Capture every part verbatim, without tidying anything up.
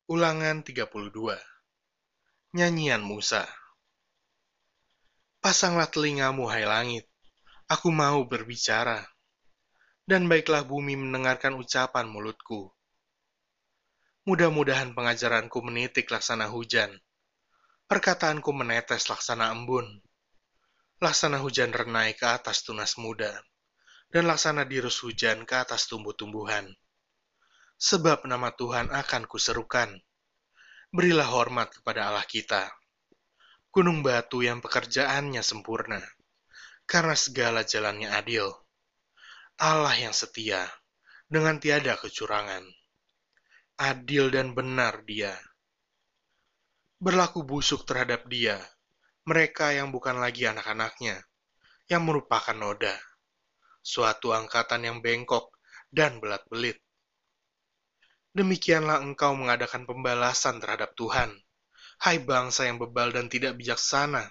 Ulangan tiga puluh dua. Nyanyian Musa. Pasanglah telingamu, hai langit, aku mau berbicara, dan baiklah bumi mendengarkan ucapan mulutku. Mudah-mudahan pengajaranku menitik laksana hujan, perkataanku menetes laksana embun, laksana hujan renai ke atas tunas muda, dan laksana dirus hujan ke atas tumbuh-tumbuhan. Sebab nama Tuhan akan kuserukan. Berilah hormat kepada Allah kita, gunung batu yang pekerjaannya sempurna, karena segala jalannya adil. Allah yang setia, dengan tiada kecurangan. Adil dan benar Dia. Berlaku busuk terhadap Dia, mereka yang bukan lagi anak-anaknya, yang merupakan noda, suatu angkatan yang bengkok dan belat-belit. Demikianlah engkau mengadakan pembalasan terhadap Tuhan, hai bangsa yang bebal dan tidak bijaksana.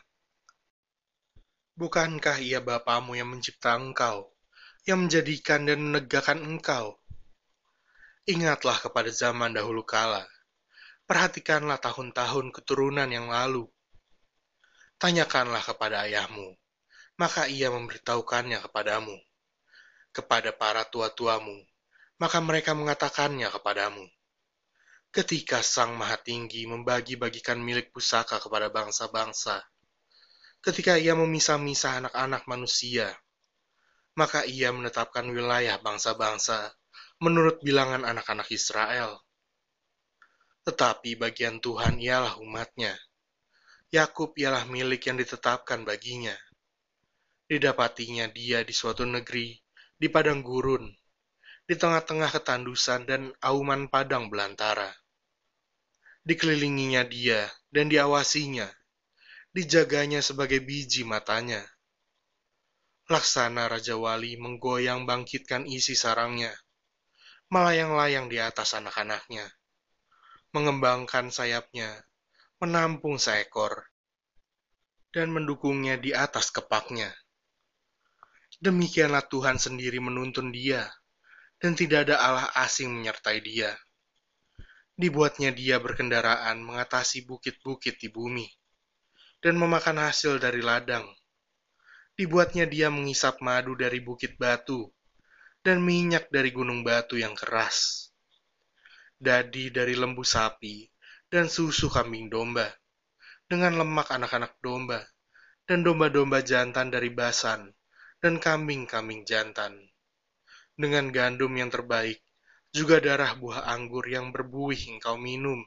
Bukankah Ia Bapamu yang mencipta engkau, yang menjadikan dan menegakkan engkau? Ingatlah kepada zaman dahulu kala, perhatikanlah tahun-tahun keturunan yang lalu. Tanyakanlah kepada ayahmu, maka ia memberitahukannya kepadamu. Kepada para tua-tuamu, maka mereka mengatakannya kepadamu. Ketika Sang Maha Tinggi membagi-bagikan milik pusaka kepada bangsa-bangsa, ketika ia memisah-misah anak-anak manusia, maka ia menetapkan wilayah bangsa-bangsa menurut bilangan anak-anak Israel. Tetapi bagian Tuhan ialah umatnya. Yakub ialah milik yang ditetapkan baginya. Didapatinya dia di suatu negeri, di padang gurun, di tengah-tengah ketandusan dan auman padang belantara. Dikelilinginya dia dan diawasinya, dijaganya sebagai biji matanya. Laksana Raja Wali menggoyang bangkitkan isi sarangnya, melayang-layang di atas anak-anaknya, mengembangkan sayapnya, menampung seekor, dan mendukungnya di atas kepaknya. Demikianlah Tuhan sendiri menuntun dia, dan tidak ada Allah asing menyertai dia. Dibuatnya dia berkendaraan mengatasi bukit-bukit di bumi, dan memakan hasil dari ladang. Dibuatnya dia mengisap madu dari bukit batu, dan minyak dari gunung batu yang keras. Dadi dari lembu sapi, dan susu kambing domba, dengan lemak anak-anak domba, dan domba-domba jantan dari Basan, dan kambing-kambing jantan. Dengan gandum yang terbaik, juga darah buah anggur yang berbuih engkau minum.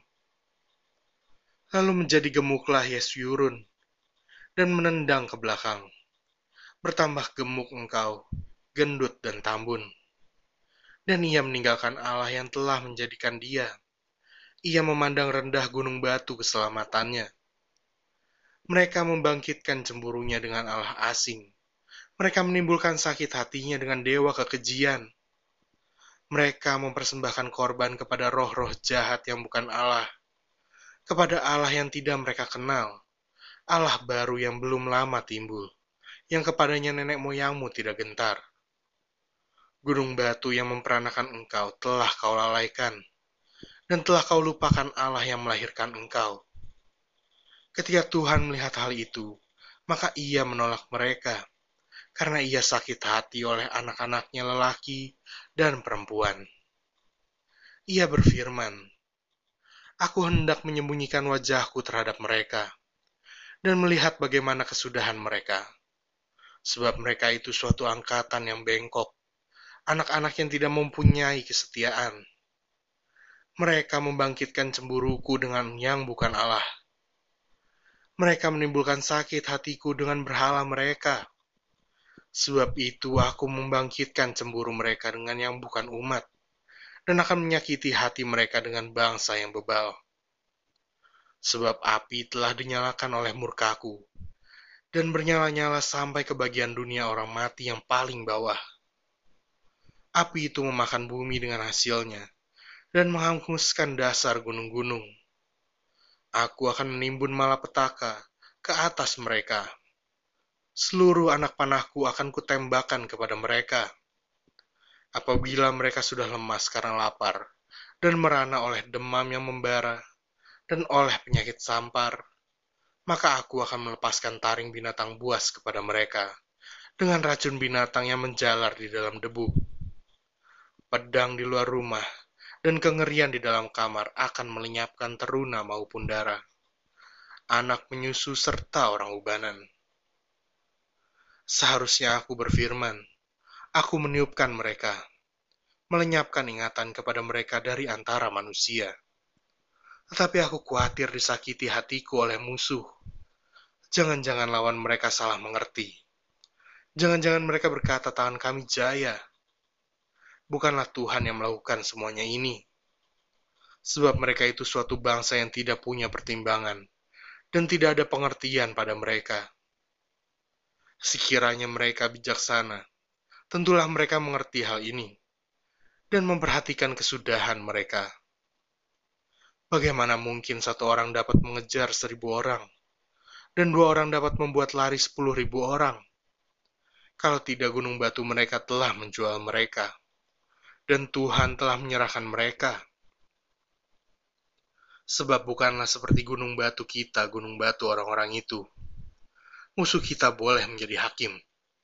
Lalu menjadi gemuklah Yesyurun, dan menendang ke belakang. Bertambah gemuk engkau, gendut dan tambun. Dan ia meninggalkan Allah yang telah menjadikan dia. Ia memandang rendah gunung batu keselamatannya. Mereka membangkitkan cemburunya dengan Allah asing. Mereka menimbulkan sakit hatinya dengan dewa kekejian. Mereka mempersembahkan korban kepada roh-roh jahat yang bukan Allah, kepada Allah yang tidak mereka kenal, Allah baru yang belum lama timbul, yang kepadanya nenek moyangmu tidak gentar. Gunung batu yang memperanakan engkau telah kau lalaikan, dan telah kau lupakan Allah yang melahirkan engkau. Ketika Tuhan melihat hal itu, maka ia menolak mereka, karena ia sakit hati oleh anak-anaknya lelaki dan perempuan. Ia berfirman, aku hendak menyembunyikan wajahku terhadap mereka, dan melihat bagaimana kesudahan mereka. Sebab mereka itu suatu angkatan yang bengkok, anak-anak yang tidak mempunyai kesetiaan. Mereka membangkitkan cemburuku dengan yang bukan Allah. Mereka menimbulkan sakit hatiku dengan berhala mereka. Sebab itu aku membangkitkan cemburu mereka dengan yang bukan umat, dan akan menyakiti hati mereka dengan bangsa yang bebal. Sebab api telah dinyalakan oleh murkaku, dan bernyala-nyala sampai ke bagian dunia orang mati yang paling bawah. Api itu memakan bumi dengan hasilnya, dan menghanguskan dasar gunung-gunung. Aku akan menimbun malapetaka ke atas mereka. Seluruh anak panahku akan kutembakkan kepada mereka. Apabila mereka sudah lemas karena lapar, dan merana oleh demam yang membara, dan oleh penyakit sampar, maka aku akan melepaskan taring binatang buas kepada mereka, dengan racun binatang yang menjalar di dalam debu. Pedang di luar rumah, dan kengerian di dalam kamar akan melenyapkan teruna maupun darah, anak menyusu serta orang ubanan. Seharusnya aku berfirman, aku meniupkan mereka, melenyapkan ingatan kepada mereka dari antara manusia. Tetapi aku khawatir disakiti hatiku oleh musuh. Jangan-jangan lawan mereka salah mengerti. Jangan-jangan mereka berkata tangan kami jaya. Bukanlah Tuhan yang melakukan semuanya ini. Sebab mereka itu suatu bangsa yang tidak punya pertimbangan, dan tidak ada pengertian pada mereka. Sekiranya mereka bijaksana, tentulah mereka mengerti hal ini, dan memperhatikan kesudahan mereka. Bagaimana mungkin satu orang dapat mengejar seribu orang, dan dua orang dapat membuat lari sepuluh ribu orang? Kalau tidak gunung batu mereka telah menjual mereka, dan Tuhan telah menyerahkan mereka. Sebab bukanlah seperti gunung batu kita, gunung batu orang-orang itu. Musuh kita boleh menjadi hakim.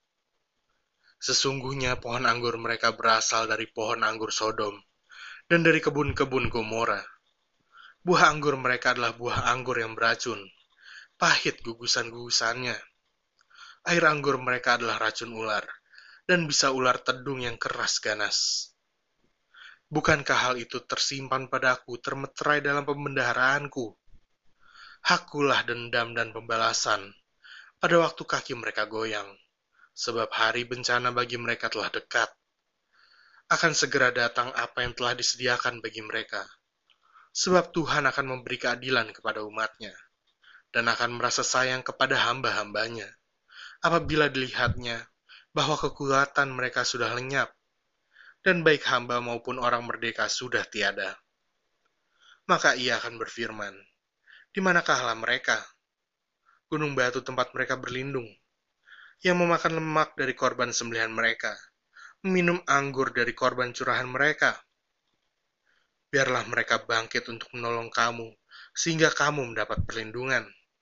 Sesungguhnya pohon anggur mereka berasal dari pohon anggur Sodom, dan dari kebun-kebun Gomora. Buah anggur mereka adalah buah anggur yang beracun, pahit gugusan-gugusannya. Air anggur mereka adalah racun ular, dan bisa ular tedung yang keras ganas. Bukankah hal itu tersimpan padaku, termeterai dalam pembendaharaanku? Hakulah dendam dan pembalasan pada waktu kaki mereka goyang, sebab hari bencana bagi mereka telah dekat. Akan segera datang apa yang telah disediakan bagi mereka, sebab Tuhan akan memberi keadilan kepada umatnya, dan akan merasa sayang kepada hamba-hambanya, apabila dilihatnya bahwa kekuatan mereka sudah lenyap, dan baik hamba maupun orang merdeka sudah tiada. Maka ia akan berfirman, di manakahlah mereka? Gunung batu tempat mereka berlindung, yang memakan lemak dari korban sembelihan mereka, meminum anggur dari korban curahan mereka. Biarlah mereka bangkit untuk menolong kamu, sehingga kamu mendapat perlindungan.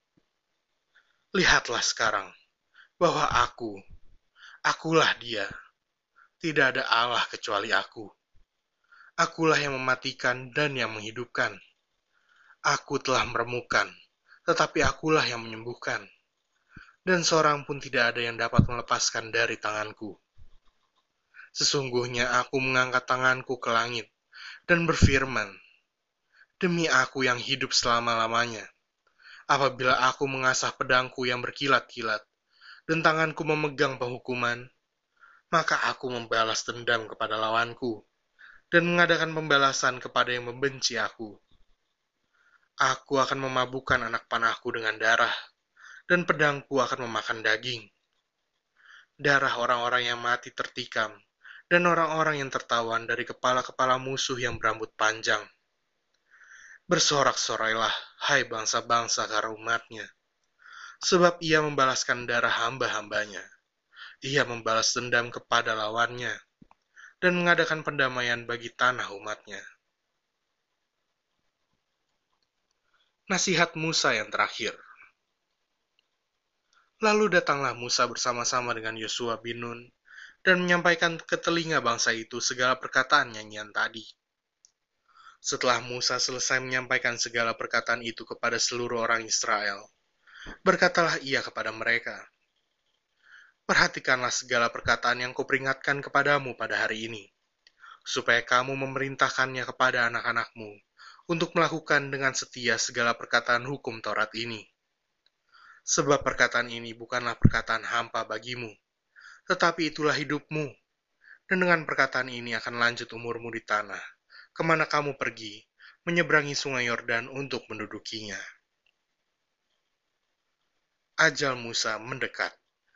Lihatlah sekarang, bahwa aku, akulah dia. Tidak ada Allah kecuali aku. Akulah yang mematikan dan yang menghidupkan. Aku telah meremukkan, tetapi akulah yang menyembuhkan. Dan seorang pun tidak ada yang dapat melepaskan dari tanganku. Sesungguhnya aku mengangkat tanganku ke langit dan berfirman, demi aku yang hidup selama-lamanya, apabila aku mengasah pedangku yang berkilat-kilat, dan tanganku memegang penghukuman, maka aku membalas dendam kepada lawanku, dan mengadakan pembalasan kepada yang membenci aku. Aku akan memabukkan anak panahku dengan darah, dan pedangku akan memakan daging. Darah orang-orang yang mati tertikam, dan orang-orang yang tertawan dari kepala-kepala musuh yang berambut panjang. Bersorak-sorailah, hai bangsa-bangsa karena umatnya, sebab ia membalaskan darah hamba-hambanya. Ia membalas dendam kepada lawannya, dan mengadakan pendamaian bagi tanah umatnya. Nasihat Musa yang terakhir. Lalu datanglah Musa bersama-sama dengan Yosua bin Nun, dan menyampaikan ke telinga bangsa itu segala perkataan nyanyian tadi. Setelah Musa selesai menyampaikan segala perkataan itu kepada seluruh orang Israel, berkatalah ia kepada mereka, perhatikanlah segala perkataan yang kuperingatkan kepadamu pada hari ini, supaya kamu memerintahkannya kepada anak-anakmu untuk melakukan dengan setia segala perkataan hukum Taurat ini. Sebab perkataan ini bukanlah perkataan hampa bagimu, tetapi itulah hidupmu, dan dengan perkataan ini akan lanjut umurmu di tanah, kemana kamu pergi, menyeberangi sungai Yordan untuk mendudukinya. Ajal Musa mendekat.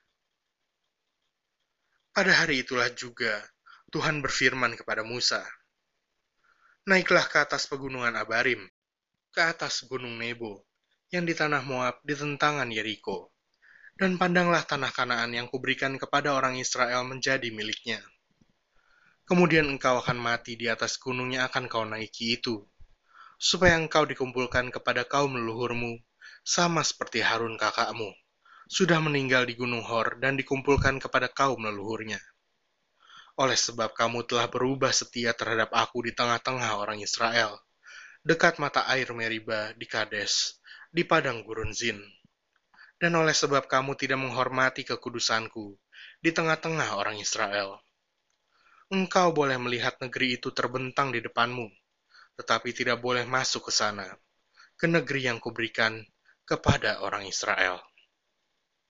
Pada hari itulah juga Tuhan berfirman kepada Musa, naiklah ke atas pegunungan Abarim, ke atas gunung Nebo, yang di tanah Moab di tentangan Yeriko, dan pandanglah tanah Kanaan yang kuberikan kepada orang Israel menjadi miliknya. Kemudian engkau akan mati di atas gunung yang akan kau naiki itu, supaya engkau dikumpulkan kepada kaum leluhurmu, sama seperti Harun kakakmu, sudah meninggal di gunung Hor dan dikumpulkan kepada kaum leluhurnya. Oleh sebab kamu telah berubah setia terhadap aku di tengah-tengah orang Israel, dekat mata air Meriba di Kades, di padang gurun Zin. Dan oleh sebab kamu tidak menghormati kekudusanku di tengah-tengah orang Israel. Engkau boleh melihat negeri itu terbentang di depanmu, tetapi tidak boleh masuk ke sana, ke negeri yang kuberikan kepada orang Israel.